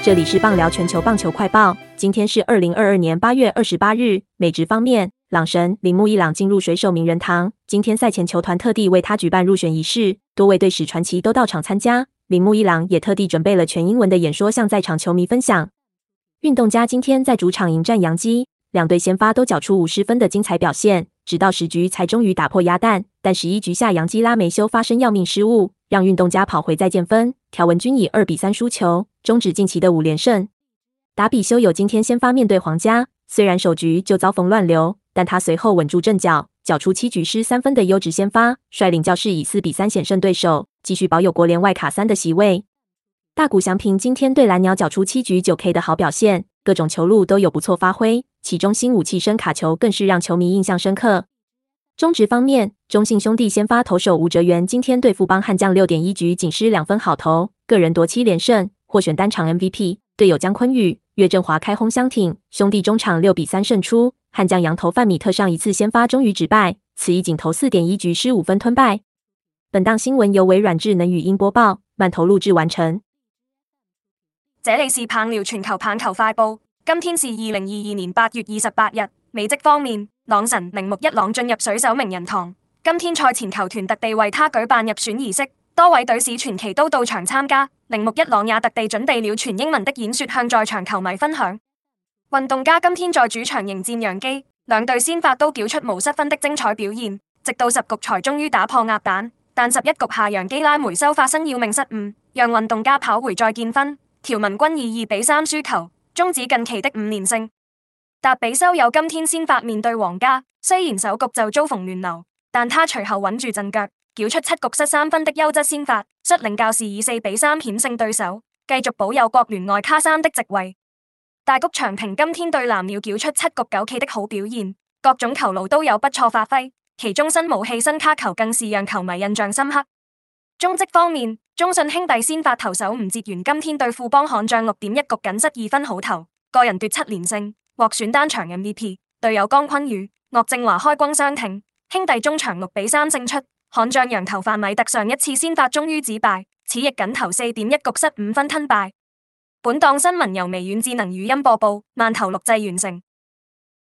这里是棒聊全球棒球快报，今天是2022年8月28日。美职方面，朗神铃木一朗进入水手名人堂，今天赛前球团特地为他举办入选仪式，多位队史传奇都到场参加。铃木一朗也特地准备了全英文的演说，向在场球迷分享。运动家今天在主场迎战洋基，两队先发都缴出50分的精彩表现，直到10局才终于打破鸭蛋，但11局下洋基拉梅修发生要命失误，让运动家跑回再见分，条文均以2-3输球，终止近期的5连胜。达比修有今天先发面对皇家，虽然首局就遭逢乱流，但他随后稳住阵脚，缴出7局失3分的优质先发，率领教士以4-3险胜对手，继续保有国联外卡3的席位。大谷翔平今天对蓝鸟缴出7局9K 的好表现，各种球路都有不错发挥，其中新武器声卡球更是让球迷印象深刻。中职方面，中信兄弟先发投手吴哲源今天对富邦悍将6.1局仅失2分好投，个人夺7连胜，获选单场 MVP。队友江坤宇、岳振华开轰相挺，兄弟中场6-3胜出。悍将洋投范米特上一次先发终于止败，此役仅投4.1局失5分吞败。本档新闻由微软智能语音播报，慢投录制完成。 這裡是棒聊全球棒球快報，今天是2022年8月28日。美職方面，朗神鈴木一朗進入水手名人堂，今天賽前球團特地為他舉辦入選儀式，多位隊史傳奇都到場參加。鈴木一朗也特地準備了全英文的演說向在場球迷分享。運動家今天在主場迎戰洋基，兩隊先發都繳出無失分的精彩表現，直到10局才終於打破鴨蛋，但11局下洋基拉梅修發生要命失誤，讓運動家跑回再見分。條紋軍以2-3輸球，終止近期的5連勝。達比修有今天先發面對皇家，雖然首局就遭逢亂流，但他隨後穩住陣腳，繳出7局失3分的優質先發，率領教士以4-3險勝對手，繼續保有國聯外卡3的席位。大谷翔平今天對藍鳥繳出7局9K的好表現，各種球路都有不錯發揮，其中新武器新卡球更是讓球迷印象深刻。中職方面，中信兄弟先發投手吳哲源今天對富邦悍將6.1局僅失2分好投，個人奪7連勝，獲選單場 MVP。隊友江坤宇、岳正華開轟相挺，兄弟中場6-3勝出。悍將洋投范米特上一次先發終於止敗，此役僅投4.1局失5分吞敗。本檔新聞由微軟智能語音播報，慢投錄製完成。